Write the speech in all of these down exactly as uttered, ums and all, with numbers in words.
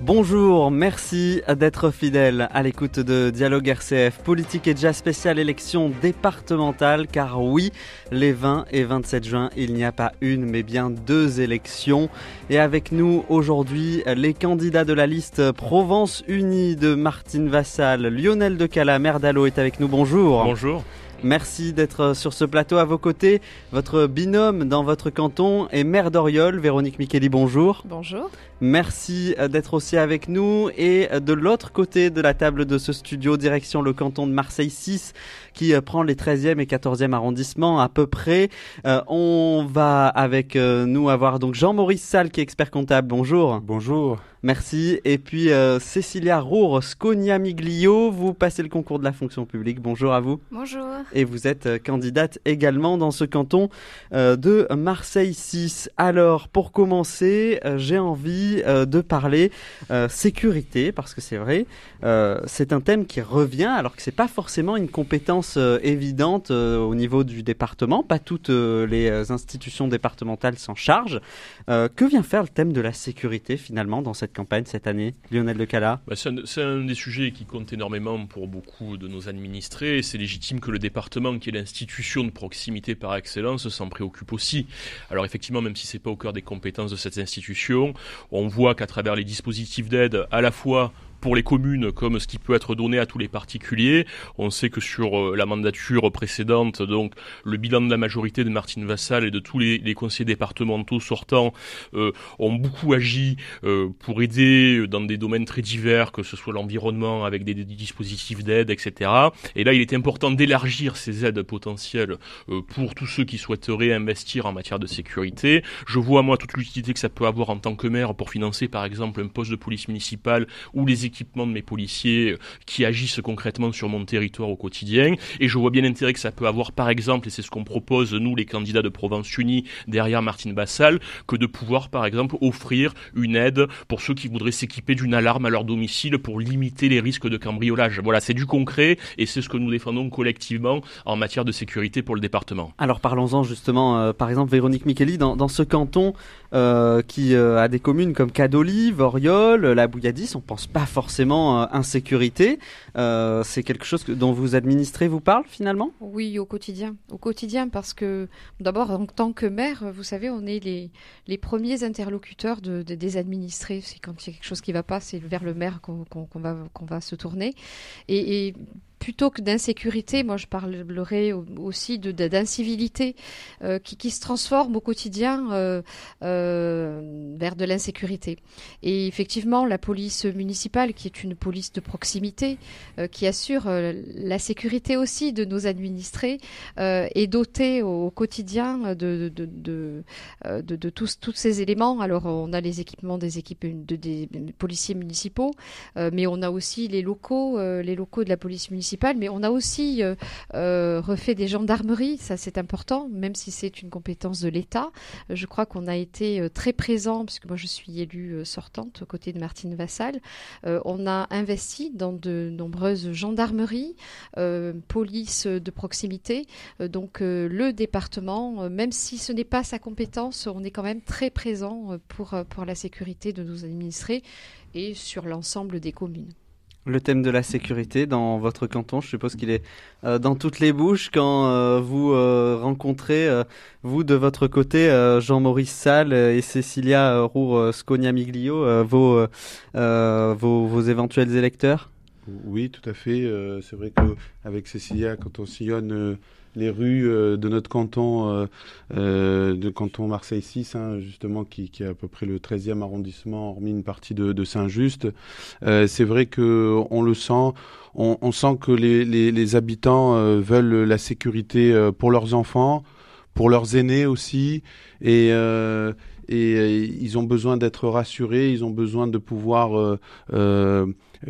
Bonjour, merci d'être fidèle à l'écoute de Dialogue R C F, politique et jazz spécial élection départementale, car oui, les vingt et vingt-sept juin, il n'y a pas une mais bien deux élections. Et avec nous aujourd'hui, les candidats de la liste Provence Unie de Martine Vassal. Lionel Decala, maire d'Allo, est avec nous, bonjour. Bonjour. Merci d'être sur ce plateau à vos côtés. Votre binôme dans votre canton est maire d'Oriol, Véronique Micheli, bonjour. Bonjour. Merci d'être aussi avec nous. Et de l'autre côté de la table de ce studio, direction le canton de Marseille six, qui prend les treizième et quatorzième arrondissements à peu près. Euh, on va avec euh, nous avoir donc Jean-Maurice Salle, qui est expert comptable. Bonjour. Bonjour. Merci. Et puis euh, Cécilia Roure-Scognamiglio, vous passez le concours de la fonction publique. Bonjour à vous. Bonjour. Et vous êtes euh, candidate également dans ce canton euh, de Marseille six. Alors, pour commencer, euh, j'ai envie euh, de parler euh, sécurité, parce que c'est vrai, euh, c'est un thème qui revient, alors que c'est pas forcément une compétence euh, évidente euh, au niveau du département. Pas toutes euh, les euh, institutions départementales s'en chargent. Euh, que vient faire le thème de la sécurité finalement dans cette campagne cette année, Lionel Decala? Bah, c'est, un, c'est un des sujets qui compte énormément pour beaucoup de nos administrés. C'est légitime que le département, qui est l'institution de proximité par excellence, s'en préoccupe aussi. Alors effectivement, même si c'est pas au cœur des compétences de cette institution, on voit qu'à travers les dispositifs d'aide, à la fois pour les communes comme ce qui peut être donné à tous les particuliers. On sait que sur euh, la mandature précédente, donc le bilan de la majorité de Martine Vassal et de tous les, les conseillers départementaux sortants euh, ont beaucoup agi euh, pour aider dans des domaines très divers, que ce soit l'environnement avec des, des dispositifs d'aide, et cetera. Et là, il est important d'élargir ces aides potentielles euh, pour tous ceux qui souhaiteraient investir en matière de sécurité. Je vois, moi, toute l'utilité que ça peut avoir en tant que maire pour financer, par exemple, un poste de police municipale ou les équipements de mes policiers qui agissent concrètement sur mon territoire au quotidien. Et je vois bien l'intérêt que ça peut avoir, par exemple, et c'est ce qu'on propose, nous, les candidats de Provence Unie, derrière Martine Vassal, que de pouvoir, par exemple, offrir une aide pour ceux qui voudraient s'équiper d'une alarme à leur domicile pour limiter les risques de cambriolage. Voilà, c'est du concret et c'est ce que nous défendons collectivement en matière de sécurité pour le département. Alors parlons-en justement, euh, par exemple, Véronique Micheli, dans, dans ce canton euh, qui euh, a des communes comme Cadolive, Oriol, la Bouilladis, on pense pas forcément euh, insécurité. Euh, c'est quelque chose que, dont vous administrez vous parle finalement? Oui, au quotidien. Au quotidien, parce que d'abord, en tant que maire, vous savez, on est les, les premiers interlocuteurs de, de, des administrés. C'est quand il y a quelque chose qui ne va pas, c'est vers le maire qu'on, qu'on, qu'on, va, qu'on va se tourner. Et, et plutôt que d'insécurité, moi je parlerai aussi de, de, d'incivilité euh, qui, qui se transforme au quotidien euh, euh, vers de l'insécurité. Et effectivement, la police municipale, qui est une police de proximité, euh, qui assure euh, la sécurité aussi de nos administrés, euh, est dotée au, au quotidien de, de, de, de, de, de tous, tous ces éléments. Alors on a les équipements des équipes de, des policiers municipaux, euh, mais on a aussi les locaux, euh, les locaux de la police municipale. Mais on a aussi euh, euh, refait des gendarmeries, ça c'est important, même si c'est une compétence de l'État. Je crois qu'on a été euh, très présent, puisque moi je suis élue euh, sortante aux côtés de Martine Vassal. Euh, on a investi dans de nombreuses gendarmeries, euh, police de proximité. Euh, donc euh, le département, euh, même si ce n'est pas sa compétence, on est quand même très présent euh, pour, pour la sécurité de nos administrés et sur l'ensemble des communes. Le thème de la sécurité dans votre canton, je suppose qu'il est euh, dans toutes les bouches quand euh, vous euh, rencontrez, euh, vous de votre côté, euh, Jean-Maurice Salle et Cécilia Roure-Scognamiglio, euh, vos, euh, vos, vos éventuels électeurs. Oui, tout à fait. Euh, c'est vrai qu'avec Cécilia, quand on sillonne euh, les rues euh, de notre canton, euh, euh, de canton Marseille six, hein, justement, qui, qui est à peu près le treizième arrondissement, hormis une partie de, de Saint-Just, euh, c'est vrai qu'on le sent. On, on sent que les, les, les habitants euh, veulent la sécurité euh, pour leurs enfants, pour leurs aînés aussi, et... Euh, Et euh, ils ont besoin d'être rassurés, ils ont besoin de pouvoir euh, euh,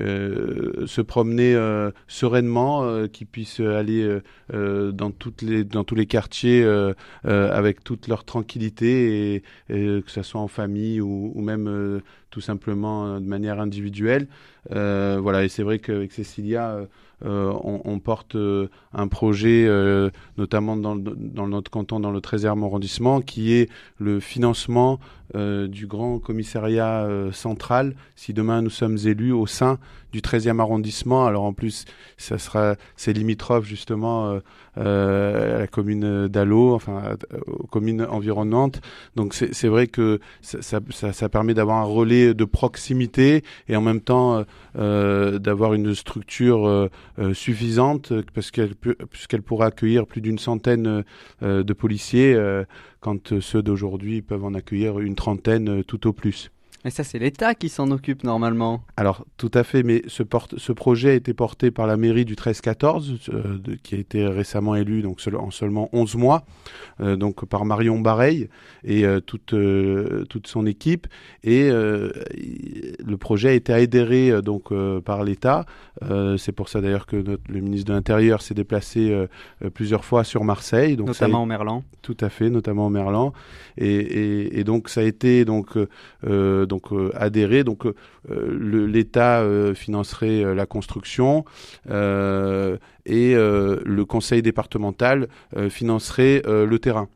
euh, se promener euh, sereinement, euh, qu'ils puissent aller euh, dans, toutes les, dans tous les quartiers euh, euh, avec toute leur tranquillité, et, et que ce soit en famille ou, ou même euh, tout simplement de manière individuelle. Euh, voilà, et c'est vrai qu'avec Cécilia, euh, euh, on, on porte euh, un projet, euh, notamment dans, dans notre canton, dans le treizième arrondissement, qui est le financement euh, du grand commissariat euh, central, si demain nous sommes élus au sein du treizième arrondissement. Alors en plus, ça sera, c'est limitrophe justement euh, euh, à la commune d'Allo, enfin euh, aux communes environnantes. Donc c'est, c'est vrai que ça, ça, ça, ça permet d'avoir un relais de proximité et en même temps euh, d'avoir une structure euh, euh, suffisante parce qu'elle peut, puisqu'elle pourra accueillir plus d'une centaine euh, de policiers. Euh, quand ceux d'aujourd'hui peuvent en accueillir une trentaine tout au plus. Et ça, c'est l'État qui s'en occupe normalement. Alors, tout à fait, mais ce, porte, ce projet a été porté par la mairie du treize quatorze, euh, de, qui a été récemment élue donc, seul, en seulement onze mois, euh, donc par Marion Bareil et euh, toute, euh, toute son équipe. Et euh, le projet a été adhéré euh, donc, euh, par l'État. Euh, c'est pour ça d'ailleurs que notre, le ministre de l'Intérieur s'est déplacé euh, plusieurs fois sur Marseille. Donc notamment ça a, au Merlan. Tout à fait, notamment au Merlan. Et, et, et donc, ça a été... donc euh, donc euh, adhérer. Donc euh, le, l'État euh, financerait euh, la construction euh, et euh, le conseil départemental euh, financerait euh, le terrain.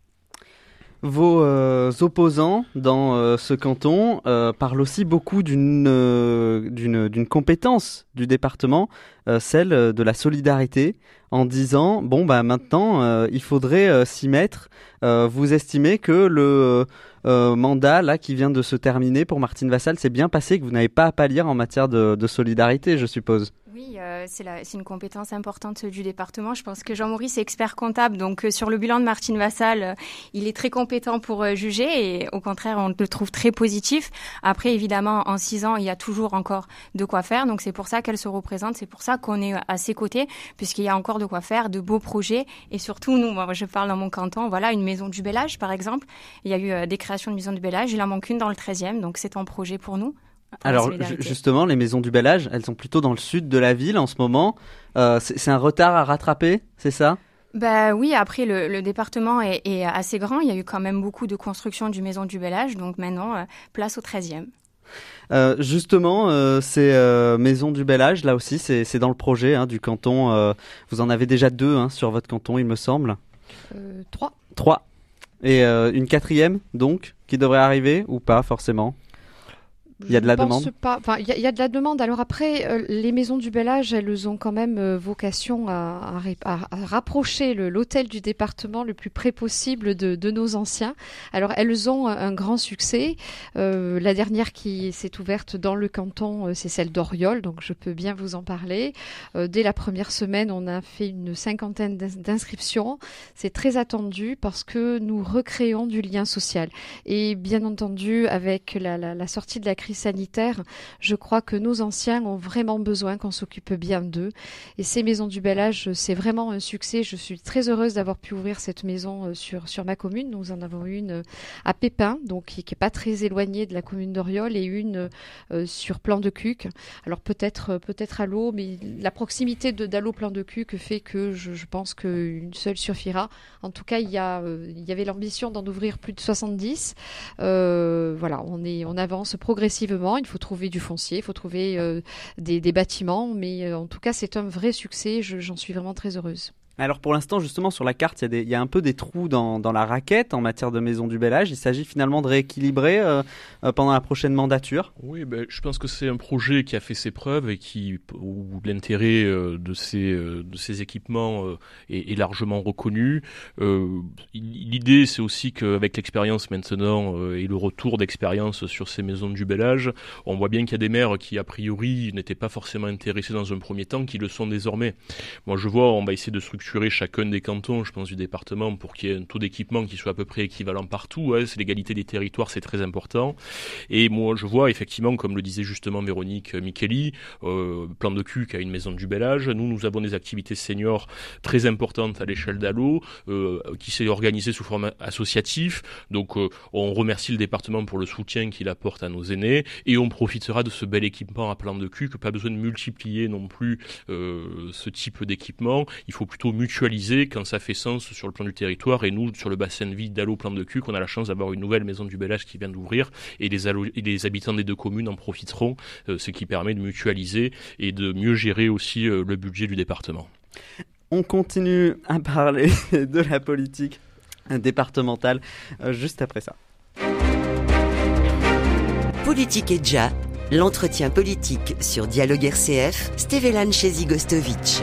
Vos euh, opposants dans euh, ce canton euh, parlent aussi beaucoup d'une, euh, d'une, d'une compétence du département, euh, celle de la solidarité, en disant bon bah maintenant euh, il faudrait euh, s'y mettre. Euh, vous estimez que le euh, mandat là qui vient de se terminer pour Martine Vassal s'est bien passé, que vous n'avez pas à pâlir en matière de, de solidarité, je suppose. Oui, euh, c'est, la, c'est une compétence importante du département. Je pense que Jean-Maurice est expert comptable, donc euh, sur le bilan de Martine Vassal, euh, il est très compétent pour euh, juger et au contraire, on le trouve très positif. Après, évidemment, en six ans, il y a toujours encore de quoi faire, donc c'est pour ça qu'elle se représente, c'est pour ça qu'on est à ses côtés, puisqu'il y a encore de quoi faire, de beaux projets et surtout, nous, moi, je parle dans mon canton, voilà, une maison du Bel Âge, par exemple. Il y a eu euh, des créations de maisons du Bel Âge, il en manque une dans le treizième, donc c'est un projet pour nous. Alors justement, les maisons du Bel Âge, elles sont plutôt dans le sud de la ville en ce moment. Euh, c'est, c'est un retard à rattraper, c'est ça ? Bah oui, après le, le département est, est assez grand. Il y a eu quand même beaucoup de construction du maison du Bel Âge, donc maintenant euh, place au treizième. Euh, justement, euh, ces euh, maisons du Bel Âge, là aussi, c'est, c'est dans le projet hein, du canton. Euh, vous en avez déjà deux hein, sur votre canton, il me semble. Euh, trois. Trois. Et euh, une quatrième, donc, qui devrait arriver ou pas forcément ? Il y a de la Je pense demande pas. Enfin, il y, a, il y a de la demande. Alors après, euh, les maisons du Bel Âge, elles ont quand même euh, vocation à, à, à rapprocher le, l'hôtel du département le plus près possible de, de nos anciens. Alors elles ont un, un grand succès. Euh, la dernière qui s'est ouverte dans le canton, euh, c'est celle d'Oriol, donc je peux bien vous en parler. Euh, dès la première semaine, on a fait une cinquantaine d'inscriptions. C'est très attendu parce que nous recréons du lien social. Et bien entendu, avec la, la, la sortie de la crise sanitaire, je crois que nos anciens ont vraiment besoin qu'on s'occupe bien d'eux. Et ces maisons du Bel Âge, c'est vraiment un succès. Je suis très heureuse d'avoir pu ouvrir cette maison sur, sur ma commune. Nous en avons une à Pépin, donc qui n'est pas très éloignée de la commune d'Oriol, et une euh, sur Plan de Cuc. Alors peut-être, peut-être à l'eau, mais la proximité de, d'Allo Plan de Cuc fait que je, je pense qu'une seule suffira. En tout cas, il y, a, euh, il y avait l'ambition d'en ouvrir plus de soixante-dix. Euh, voilà, on, est, on avance progressivement. Il faut trouver du foncier, il faut trouver euh, des, des bâtiments, mais euh, en tout cas, c'est un vrai succès. Je, j'en suis vraiment très heureuse. Alors pour l'instant, justement, sur la carte, il y a, des, il y a un peu des trous dans, dans la raquette en matière de maison du Bel Âge. Il s'agit finalement de rééquilibrer euh, euh, pendant la prochaine mandature. Oui, ben, je pense que c'est un projet qui a fait ses preuves et qui, où l'intérêt euh, de, ces, euh, de ces équipements euh, est, est largement reconnu. Euh, l'idée, c'est aussi qu'avec l'expérience maintenant euh, et le retour d'expérience sur ces maisons du Bel Âge, on voit bien qu'il y a des maires qui, a priori, n'étaient pas forcément intéressés dans un premier temps, qui le sont désormais. Moi, je vois, on va essayer de structurer chacun des cantons, je pense, du département pour qu'il y ait un taux d'équipement qui soit à peu près équivalent partout. Hein. C'est l'égalité des territoires, c'est très important. Et moi, je vois effectivement, comme le disait justement Véronique Micheli, euh, Plan de Cuc a une maison du Bel Âge. Nous, nous avons des activités seniors très importantes à l'échelle d'Allo, euh, qui s'est organisée sous forme associative. Donc, euh, on remercie le département pour le soutien qu'il apporte à nos aînés et on profitera de ce bel équipement à Plan de Cuc. Pas besoin de multiplier non plus euh, ce type d'équipement. Il faut plutôt mutualiser quand ça fait sens sur le plan du territoire. Et nous, sur le bassin de vie d'Allo Plan de Cuc, on a la chance d'avoir une nouvelle maison du Bel Âge qui vient d'ouvrir et les, allo- et les habitants des deux communes en profiteront, euh, ce qui permet de mutualiser et de mieux gérer aussi euh, le budget du département. On continue à parler de la politique départementale euh, juste après ça. Politique et Dja, l'entretien politique sur Dialogue R C F, Stevelan Chezi-Gostovic.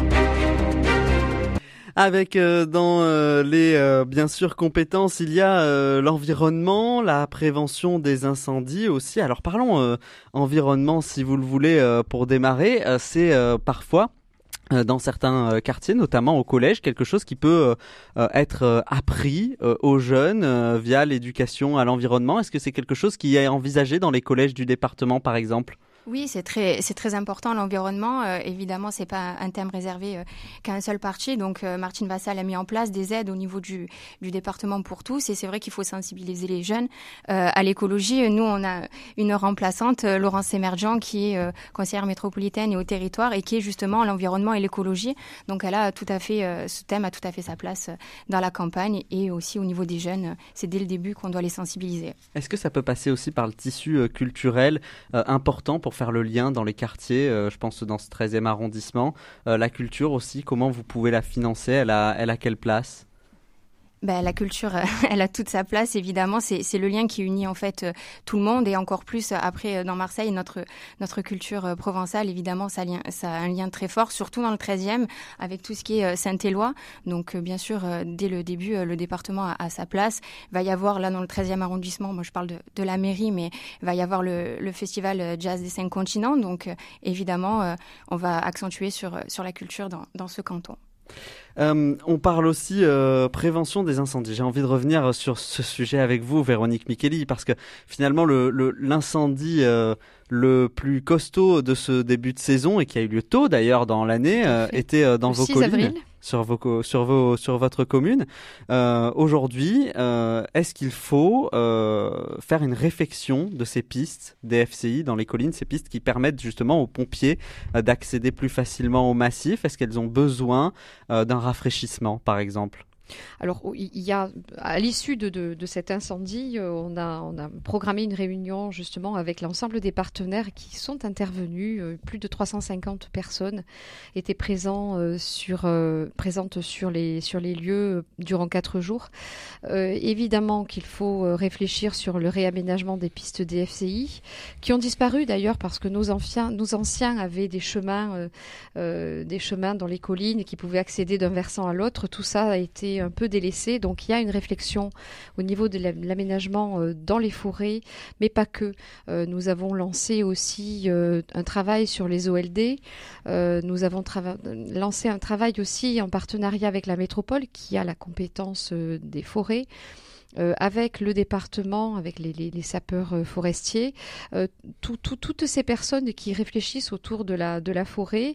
Avec euh, dans euh, les euh, bien sûr compétences, il y a euh, l'environnement, la prévention des incendies aussi. Alors parlons euh, environnement si vous le voulez euh, pour démarrer. Euh, c'est euh, parfois euh, dans certains euh, quartiers, notamment au collège, quelque chose qui peut euh, être euh, appris euh, aux jeunes euh, via l'éducation à l'environnement. Est-ce que c'est quelque chose qui est envisagé dans les collèges du département par exemple ? Oui, c'est très, c'est très important l'environnement. Euh, évidemment, c'est pas un thème réservé euh, qu'à un seul parti. Donc, euh, Martine Vassal a mis en place des aides au niveau du, du département pour tous. Et c'est vrai qu'il faut sensibiliser les jeunes euh, à l'écologie. Nous, on a une remplaçante, euh, Laurence Emergent, qui est euh, conseillère métropolitaine et au territoire et qui est justement l'environnement et l'écologie. Donc, elle a tout à fait, euh, ce thème a tout à fait sa place dans la campagne et aussi au niveau des jeunes. C'est dès le début qu'on doit les sensibiliser. Est-ce que ça peut passer aussi par le tissu euh, culturel euh, important pour faire le lien dans les quartiers, euh, je pense dans ce treizième arrondissement, euh, la culture aussi, comment vous pouvez la financer, elle a, elle a quelle place ? Ben, la culture, elle a toute sa place, évidemment. C'est, c'est le lien qui unit en fait tout le monde et encore plus après dans Marseille, notre notre culture provençale, évidemment, ça, lien, ça a un lien très fort, surtout dans le treizième, avec tout ce qui est Saint-Éloi. Donc, bien sûr, dès le début, le département a, a sa place. Il va y avoir, là, dans le treizième arrondissement, moi je parle de, de la mairie, mais il va y avoir le, le festival Jazz des Cinq Continents. Donc, évidemment, on va accentuer sur, sur la culture dans, dans ce canton. Euh, on parle aussi euh, prévention des incendies. J'ai envie de revenir sur ce sujet avec vous, Véronique Micheli, parce que finalement le, le, l'incendie euh, le plus costaud de ce début de saison et qui a eu lieu tôt d'ailleurs dans l'année euh, était euh, dans le vos six collines. avril. Sur, vos, sur, vos, sur votre commune. Euh, aujourd'hui, euh, est-ce qu'il faut euh, faire une réflexion de ces pistes des F C I dans les collines, ces pistes qui permettent justement aux pompiers euh, d'accéder plus facilement au massif ? Est-ce qu'elles ont besoin euh, d'un rafraîchissement, par exemple ? Alors, il y a, à l'issue de, de, de cet incendie, on a, on a programmé une réunion justement avec l'ensemble des partenaires qui sont intervenus. Plus de trois cent cinquante personnes étaient présents sur, euh, présentes sur les, sur les lieux durant quatre jours. Euh, évidemment qu'il faut réfléchir sur le réaménagement des pistes des F C I, qui ont disparu d'ailleurs parce que nos anciens, nos anciens avaient des chemins, euh, euh, des chemins dans les collines qui pouvaient accéder d'un versant à l'autre. Tout ça a été un peu délaissé, donc il y a une réflexion au niveau de l'aménagement dans les forêts, mais pas que. Euh, nous avons lancé aussi euh, un travail sur les O L D, euh, nous avons trava- lancé un travail aussi en partenariat avec la métropole qui a la compétence euh, des forêts. Euh, avec le département, avec les, les, les sapeurs euh, forestiers, euh, tout, tout, toutes ces personnes qui réfléchissent autour de la, de la forêt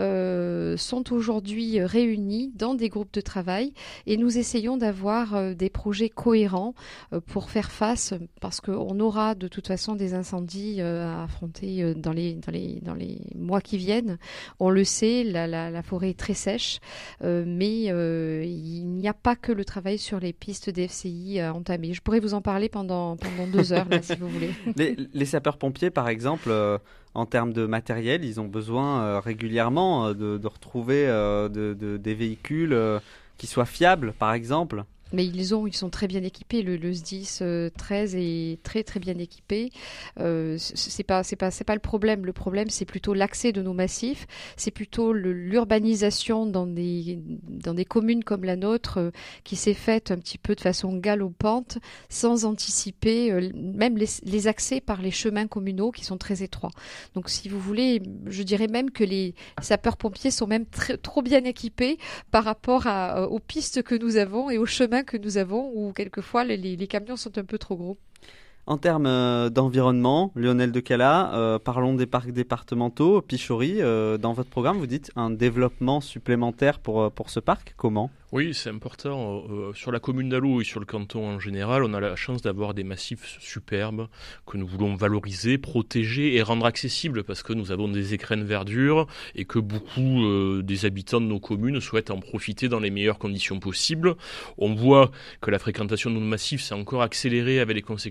euh, sont aujourd'hui réunies dans des groupes de travail et nous essayons d'avoir euh, des projets cohérents euh, pour faire face, parce qu'on aura de toute façon des incendies euh, à affronter euh, dans, les, dans, les, dans les mois qui viennent. On le sait, la, la, la forêt est très sèche, euh, mais euh, il n'y a pas que le travail sur les pistes des F C I entamé. Je pourrais vous en parler pendant, pendant deux heures, là, si vous voulez. Les, les sapeurs-pompiers, par exemple, euh, en termes de matériel, ils ont besoin euh, régulièrement euh, de, de retrouver euh, de, de, des véhicules euh, qui soient fiables, par exemple. Mais ils ont, ils sont très bien équipés. Le, le S D I S euh, treize est très très bien équipé. Euh, c'est pas, c'est pas, c'est pas le problème. Le problème, c'est plutôt l'accès de nos massifs. C'est plutôt le, l'urbanisation dans des dans des communes comme la nôtre euh, qui s'est faite un petit peu de façon galopante, sans anticiper euh, même les, les accès par les chemins communaux qui sont très étroits. Donc, si vous voulez, je dirais même que les sapeurs-pompiers sont même très, trop bien équipés par rapport à, aux pistes que nous avons et aux chemins que nous avons, où quelquefois les, les camions sont un peu trop gros. En termes euh, d'environnement, Lionel Decala, euh, parlons des parcs départementaux. Pichori, euh, dans votre programme, vous dites un développement supplémentaire pour, pour ce parc. Comment ? Oui, c'est important. Euh, sur la commune d'Allot et sur le canton en général, on a la chance d'avoir des massifs superbes que nous voulons valoriser, protéger et rendre accessibles parce que nous avons des écrins de verdure et que beaucoup euh, des habitants de nos communes souhaitent en profiter dans les meilleures conditions possibles. On voit que la fréquentation de nos massifs s'est encore accélérée avec les conséquences de la crise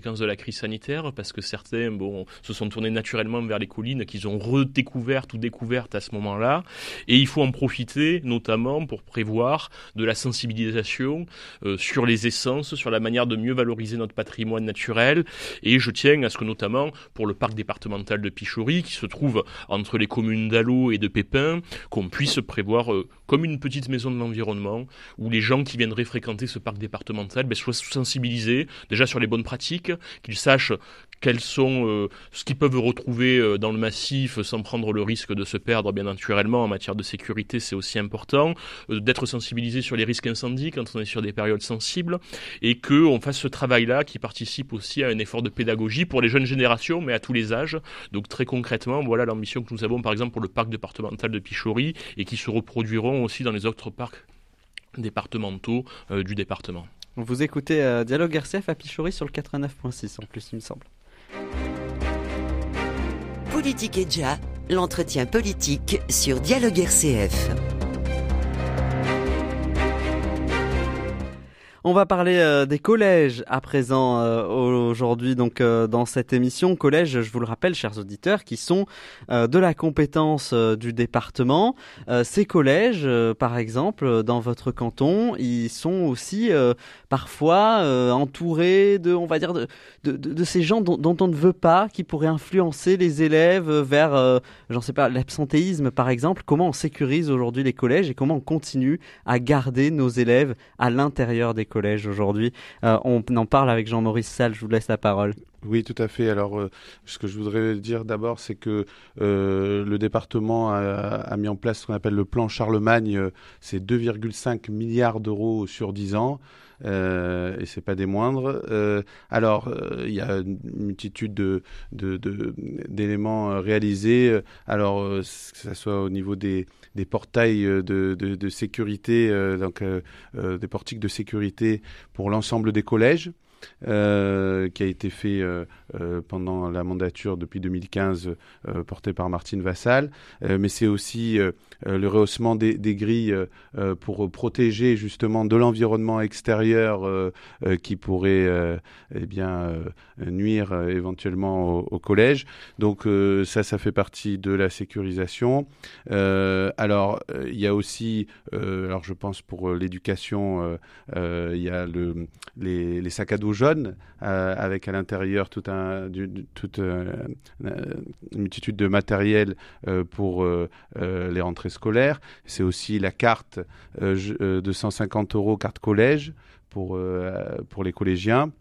crise sanitaire, parce que certains bon, se sont tournés naturellement vers les collines qu'ils ont redécouvertes ou découvertes à ce moment-là. Et il faut en profiter notamment pour prévoir de la sensibilisation euh, sur les essences, sur la manière de mieux valoriser notre patrimoine naturel. Et je tiens à ce que notamment pour le parc départemental de Pichory, qui se trouve entre les communes d'Allot et de Pépin, qu'on puisse prévoir euh, comme une petite maison de l'environnement, où les gens qui viendraient fréquenter ce parc départemental ben, soient sensibilisés déjà sur les bonnes pratiques, qu'ils sachent quels sont euh, ce qu'ils peuvent retrouver euh, dans le massif sans prendre le risque de se perdre bien naturellement en matière de sécurité, c'est aussi important, euh, d'être sensibilisés sur les risques incendies quand on est sur des périodes sensibles, et qu'on fasse ce travail-là qui participe aussi à un effort de pédagogie pour les jeunes générations, mais à tous les âges. Donc très concrètement, voilà l'ambition que nous avons par exemple pour le parc départemental de Pichory, et qui se reproduiront aussi dans les autres parcs départementaux euh, du département. Vous écoutez euh, Dialogue R C F à Pichory sur le quatre-vingt-neuf virgule six en plus, il me semble. Politique et Déjà, l'entretien politique sur Dialogue R C F. On va parler euh, des collèges à présent euh, aujourd'hui donc euh, dans cette émission. Collèges, je vous le rappelle, chers auditeurs, qui sont euh, de la compétence euh, du département. Euh, ces collèges, euh, par exemple, dans votre canton, ils sont aussi euh, parfois euh, entourés de, on va dire, de, de, de, de ces gens dont, dont on ne veut pas, qui pourraient influencer les élèves vers, euh, j'en sais pas, l'absentéisme par exemple. Comment on sécurise aujourd'hui les collèges et comment on continue à garder nos élèves à l'intérieur des collège aujourd'hui. Euh, on en parle avec Jean-Maurice Salle, je vous laisse la parole. Oui, tout à fait. Alors, euh, ce que je voudrais dire d'abord, c'est que euh, le département a, a mis en place ce qu'on appelle le plan Charlemagne. Euh, c'est deux virgule cinq milliards d'euros sur dix ans. Euh, et c'est pas des moindres. Euh, alors, euh, il y a une multitude de, de, de, d'éléments réalisés. Alors, euh, que ce soit au niveau des, des portails de, de, de sécurité, euh, donc euh, euh, des portiques de sécurité pour l'ensemble des collèges. Euh, qui a été fait euh, euh, pendant la mandature depuis deux mille quinze euh, portée par Martine Vassal, euh, mais c'est aussi euh, le rehaussement des, des grilles euh, pour protéger justement de l'environnement extérieur euh, euh, qui pourrait euh, eh bien, euh, nuire euh, éventuellement au, au collège. Donc euh, ça, ça fait partie de la sécurisation. Euh, alors euh, il y a aussi, euh, alors je pense pour l'éducation, euh, euh, il y a le, les, les sacs à dos jaunes, euh, avec à l'intérieur tout un, du, du, toute euh, une multitude de matériel euh, pour euh, euh, les rentrées scolaires. C'est aussi la carte euh, je, de cent cinquante euros, carte collège pour, euh, pour les collégiens.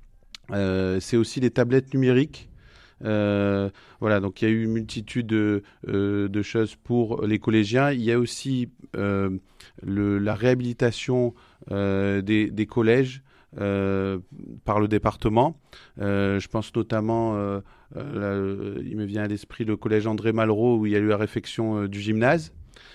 Euh, c'est aussi les tablettes numériques. Euh, voilà, donc il y a eu une multitude de, euh, de choses pour les collégiens. Il y a aussi euh, le, la réhabilitation euh, des, des collèges Euh, par le département. Euh, je pense notamment, euh, euh, là, il me vient à l'esprit le collège André Malraux où il y a eu la réfection euh, du gymnase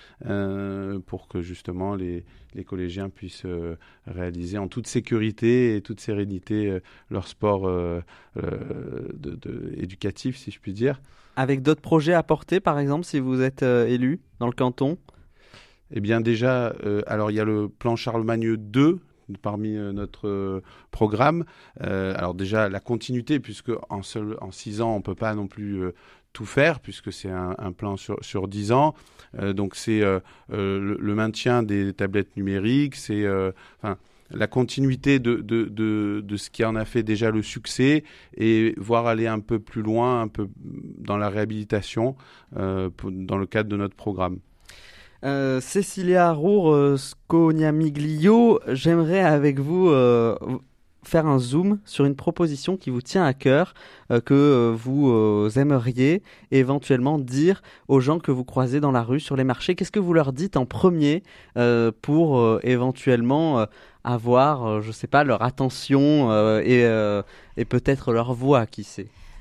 euh, pour que justement les, les collégiens puissent euh, réaliser en toute sécurité et toute sérénité euh, leur sport euh, euh, de, de, éducatif, si je puis dire. Avec d'autres projets à porter, par exemple, si vous êtes euh, élu dans le canton? Eh bien déjà, euh, alors il y a le plan Charlemagne deux parmi euh, notre euh, programme. Euh, alors déjà, la continuité, puisque en, seul, en six ans, on ne peut pas non plus euh, tout faire, puisque c'est un, un plan sur, sur dix ans. Euh, donc c'est euh, euh, le, le maintien des tablettes numériques, c'est euh, enfin, la continuité de, de, de, de ce qui en a fait déjà le succès et voir aller un peu plus loin, un peu dans la réhabilitation, euh, pour, dans le cadre de notre programme. Euh, Cécilia Roure, euh, Scognamiglio, j'aimerais avec vous euh, faire un zoom sur une proposition qui vous tient à cœur, euh, que euh, vous euh, aimeriez éventuellement dire aux gens que vous croisez dans la rue, sur les marchés. Qu'est-ce que vous leur dites en premier euh, pour euh, éventuellement euh, avoir, euh, je sais pas, leur attention euh, et, euh, et peut-être leur voix, qui sait?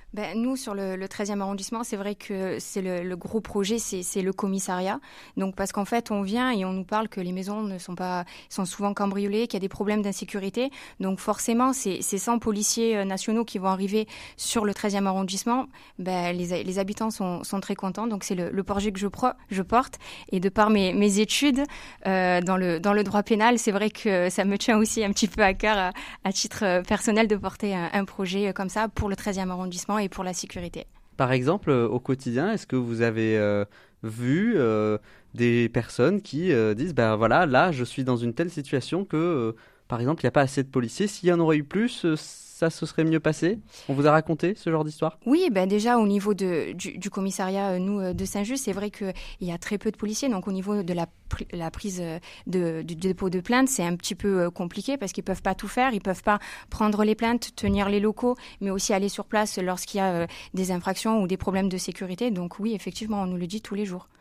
Ben, nous, sur le, le treizième arrondissement, c'est vrai que c'est le, le gros projet, c'est, c'est le commissariat. Donc, parce qu'en fait, on vient et on nous parle que les maisons ne sont pas, sont souvent cambriolées, qu'il y a des problèmes d'insécurité. Donc, forcément, c'est, ces cent policiers nationaux qui vont arriver sur le treizième arrondissement. Ben, les, les habitants sont, sont très contents. Donc, c'est le, le projet que je, pro, je porte. Et de par mes, mes études euh, dans le, dans le droit pénal, c'est vrai que ça me tient aussi un petit peu à cœur, à, à titre personnel, de porter un, un projet comme ça pour le treizième arrondissement et pour la sécurité. Par exemple, euh, au quotidien, est-ce que vous avez euh, vu euh, des personnes qui euh, disent ben voilà, là, je suis dans une telle situation que, euh, par exemple, il n'y a pas assez de policiers. S'il y en aurait eu plus, euh, ça se serait mieux passé? On vous a raconté ce genre d'histoire? Oui, ben déjà au niveau de, du, du commissariat, nous, de Saint-Just, c'est vrai qu'il y a très peu de policiers. Donc au niveau de la, la prise de, du dépôt de plainte, c'est un petit peu compliqué parce qu'ils ne peuvent pas tout faire. Ils ne peuvent pas prendre les plaintes, tenir les locaux, mais aussi aller sur place lorsqu'il y a des infractions ou des problèmes de sécurité. Donc oui, effectivement, on nous le dit tous les jours.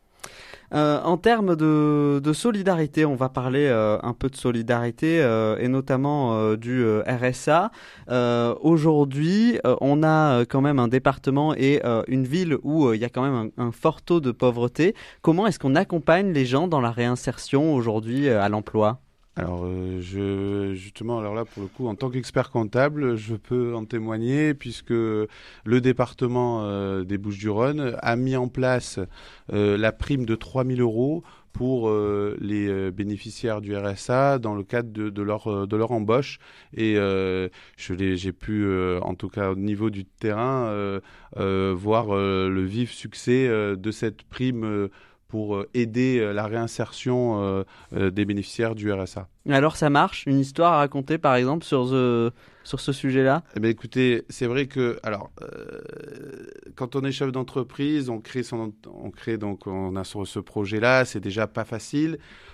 Euh, en termes de, de solidarité, on va parler euh, un peu de solidarité euh, et notamment euh, du euh, R S A. Euh, aujourd'hui, euh, on a quand même un département et euh, une ville où euh, il y a quand même un, un fort taux de pauvreté. Comment est-ce qu'on accompagne les gens dans la réinsertion aujourd'hui euh, à l'emploi ? Alors, euh, je, justement, alors là, pour le coup, en tant qu'expert comptable, je peux en témoigner puisque le département euh, des Bouches-du-Rhône a mis en place euh, la prime de trois mille euros pour euh, les euh, bénéficiaires du R S A dans le cadre de, de, leur, de leur embauche. Et euh, je l'ai, j'ai pu, euh, en tout cas au niveau du terrain, euh, euh, voir euh, le vif succès euh, de cette prime euh, pour aider la réinsertion euh, euh, des bénéficiaires du R S A. Alors ça marche? Une histoire à raconter par exemple sur ce, sur ce sujet-là? Eh bien, écoutez, c'est vrai que alors, euh, quand on est chef d'entreprise, on crée, son, on crée donc on a sur ce projet-là, c'est déjà pas facile.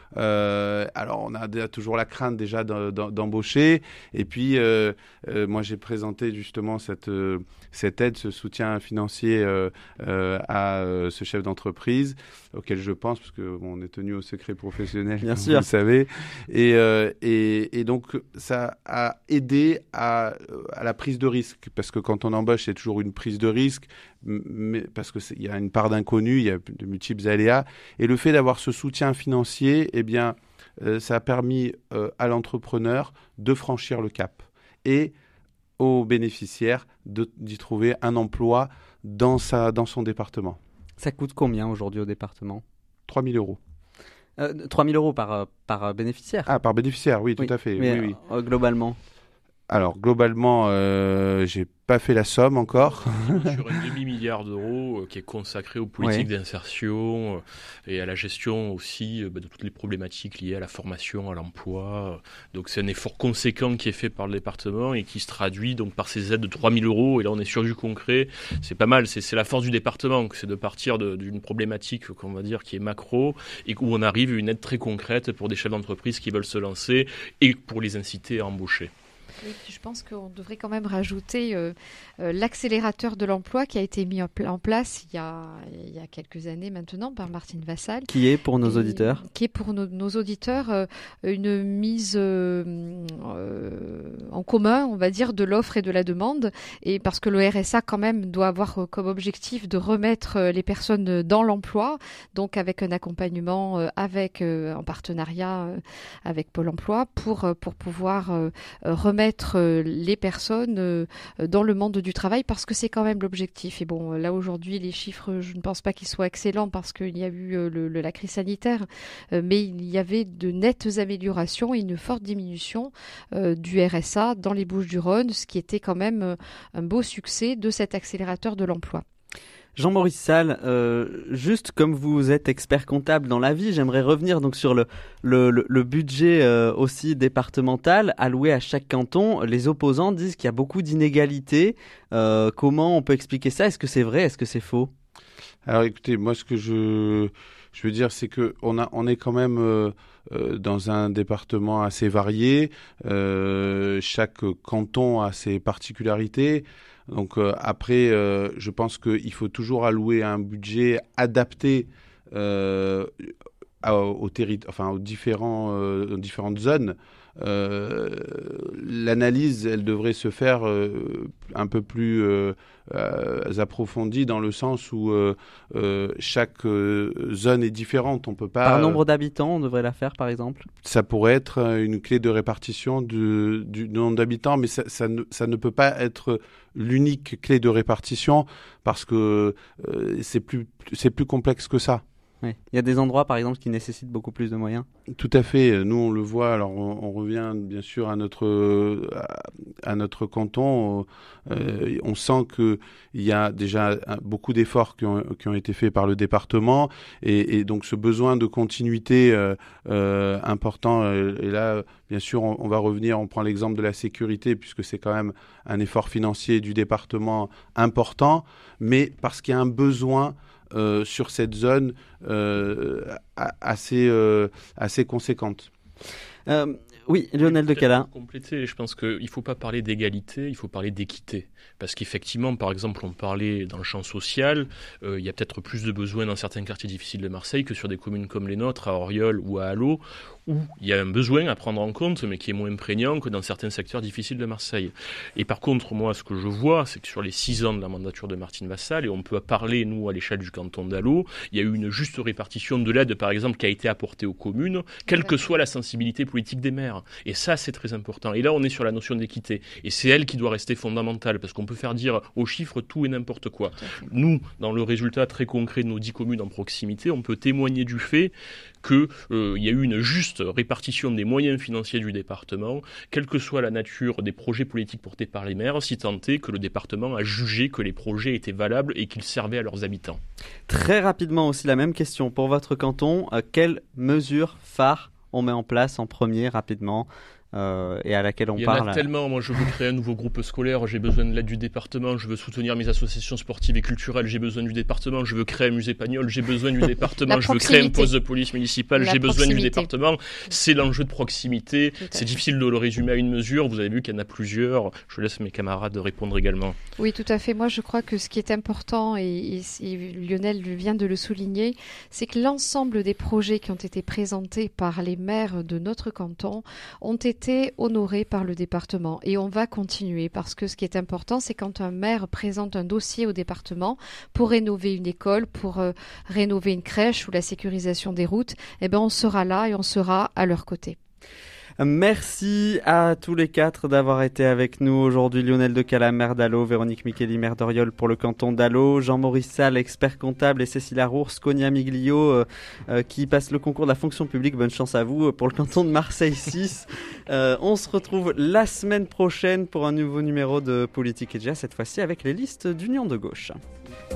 Euh, alors on a toujours la crainte déjà d'embaucher et puis euh, euh, moi j'ai présenté justement cette, euh, cette aide, ce soutien financier euh, euh, à euh, ce chef d'entreprise auquel je pense parce que bon, on est tenu au secret professionnel, bien comme sûr, vous le savez, et, euh, et, et donc ça a aidé à, à la prise de risque parce que quand on embauche c'est toujours une prise de risque mais, parce qu'il y a une part d'inconnu, il y a de multiples aléas et le fait d'avoir ce soutien financier, eh bien, euh, ça a permis euh, à l'entrepreneur de franchir le cap et aux bénéficiaires de, d'y trouver un emploi dans, sa, dans son département. Ça coûte combien aujourd'hui au département? trois mille euros. Euh, trois mille euros par, par bénéficiaire? Ah, par bénéficiaire, oui, oui. tout à fait. Mais oui, oui. Euh, globalement? Alors, globalement, euh, j'ai pas fait la somme encore. Sur un demi-milliard d'euros euh, qui est consacré aux politiques ouais. d'insertion euh, et à la gestion aussi euh, bah, de toutes les problématiques liées à la formation, à l'emploi. Donc c'est un effort conséquent qui est fait par le département et qui se traduit donc par ces aides de trois mille euros. Et là on est sur du concret. C'est pas mal. C'est, c'est la force du département, c'est de partir de, d'une problématique qu'on va dire qui est macro et où on arrive à une aide très concrète pour des chefs d'entreprise qui veulent se lancer et pour les inciter à embaucher. Oui, je pense qu'on devrait quand même rajouter euh, euh, l'accélérateur de l'emploi qui a été mis en, pl- en place il y, a, il y a quelques années maintenant par Martine Vassal. Qui est pour nos et, auditeurs Qui est pour nos, nos auditeurs euh, une mise euh, euh, en commun, on va dire, de l'offre et de la demande. Et parce que le R S A quand même doit avoir euh, comme objectif de remettre euh, les personnes dans l'emploi, donc avec un accompagnement euh, avec, euh, en partenariat euh, avec Pôle emploi pour, euh, pour pouvoir euh, remettre mettre les personnes dans le monde du travail parce que c'est quand même l'objectif. Et bon, là aujourd'hui, les chiffres, je ne pense pas qu'ils soient excellents parce qu'il y a eu le, le, la crise sanitaire, mais il y avait de nettes améliorations et une forte diminution euh, du R S A dans les Bouches-du-Rhône, ce qui était quand même un beau succès de cet accélérateur de l'emploi. Jean-Maurice Salle, euh, juste comme vous êtes expert comptable dans la vie, j'aimerais revenir donc sur le, le, le, le budget euh, aussi départemental alloué à chaque canton. Les opposants disent qu'il y a beaucoup d'inégalités. Euh, comment on peut expliquer ça? Est-ce que c'est vrai? Est-ce que c'est faux? Alors écoutez, moi ce que je, je veux dire c'est qu'on a, on est quand même euh, euh, dans un département assez varié. Euh, chaque canton a ses particularités. Donc euh, après, euh, je pense qu'il faut toujours allouer un budget adapté euh, à, aux, terri- enfin, aux, différents, euh, aux différentes zones, euh, l'analyse, elle devrait se faire euh, un peu plus euh, euh, approfondie dans le sens où euh, euh, chaque euh, zone est différente. On peut pas. Par nombre d'habitants, on devrait la faire, par exemple. Ça pourrait être une clé de répartition du, du nombre d'habitants, mais ça, ça, ne, ça ne peut pas être l'unique clé de répartition parce que euh, c'est plus, c'est plus complexe que ça. Oui. Il y a des endroits, par exemple, qui nécessitent beaucoup plus de moyens. Tout à fait. Nous, on le voit. Alors, on, on revient bien sûr à notre à, à notre canton. Euh, on sent que il y a déjà beaucoup d'efforts qui ont qui ont été faits par le département, et, et donc ce besoin de continuité euh, euh, important. Euh, et là, bien sûr, on, on va revenir. On prend l'exemple de la sécurité, puisque c'est quand même un effort financier du département important, mais parce qu'il y a un besoin. Euh, sur cette zone euh, assez, euh, assez conséquente. Euh, oui, Lionel Decala. Pour compléter, je pense qu'il ne faut pas parler d'égalité, il faut parler d'équité. Parce qu'effectivement, par exemple, on parlait dans le champ social, euh, il y a peut-être plus de besoins dans certains quartiers difficiles de Marseille que sur des communes comme les nôtres, à Auriol ou à Allot, où il y a un besoin à prendre en compte, mais qui est moins prégnant que dans certains secteurs difficiles de Marseille. Et par contre, moi, ce que je vois, c'est que sur les six ans de la mandature de Martine Vassal, et on peut parler, nous, à l'échelle du canton d'Allot, il y a eu une juste répartition de l'aide, par exemple, qui a été apportée aux communes, quelle que soit la sensibilité politique des maires. Et ça, c'est très important. Et là, on est sur la notion d'équité. Et c'est elle qui doit rester fondamentale, parce qu'on peut faire dire aux chiffres tout et n'importe quoi. Nous, dans le résultat très concret de nos dix communes en proximité, on peut témoigner du fait qu'il euh, y a eu une juste répartition des moyens financiers du département, quelle que soit la nature des projets politiques portés par les maires, si tant est que le département a jugé que les projets étaient valables et qu'ils servaient à leurs habitants. Très rapidement aussi, la même question pour votre canton. Euh, quelles mesures phares on met en place en premier, rapidement, euh, et à laquelle on Il y parle. en a tellement. Moi, je veux créer un nouveau groupe scolaire, j'ai besoin de l'aide du département, je veux soutenir mes associations sportives et culturelles, j'ai besoin du département, je veux créer un musée Pagnol, j'ai besoin du département, je veux créer un poste de police municipale, La j'ai besoin du proximité. département. C'est l'enjeu de proximité. Tout à C'est fait. difficile de le résumer à une mesure. Vous avez vu qu'il y en a plusieurs. Je laisse mes camarades répondre également. Oui, tout à fait. Moi, je crois que ce qui est important, et, et- et Lionel vient de le souligner, c'est que l'ensemble des projets qui ont été présentés par les maires de notre canton ont été honorés par le département. Et on va continuer, parce que ce qui est important, c'est quand un maire présente un dossier au département pour rénover une école, pour euh, rénover une crèche ou la sécurisation des routes, eh ben, on sera là et on sera à leur côté. Merci à tous les quatre d'avoir été avec nous aujourd'hui. Lionel Decala, maire d'Allot, Véronique Micheli, maire d'Auriol pour le canton d'Allot, Jean-Maurice Salle, expert comptable, et Cécile Arours, Conia Miglio, euh, euh, qui passe le concours de la fonction publique. Bonne chance à vous euh, pour le canton de Marseille six. Euh, on se retrouve la semaine prochaine pour un nouveau numéro de Politique et Jazz, cette fois-ci avec les listes d'Union de gauche.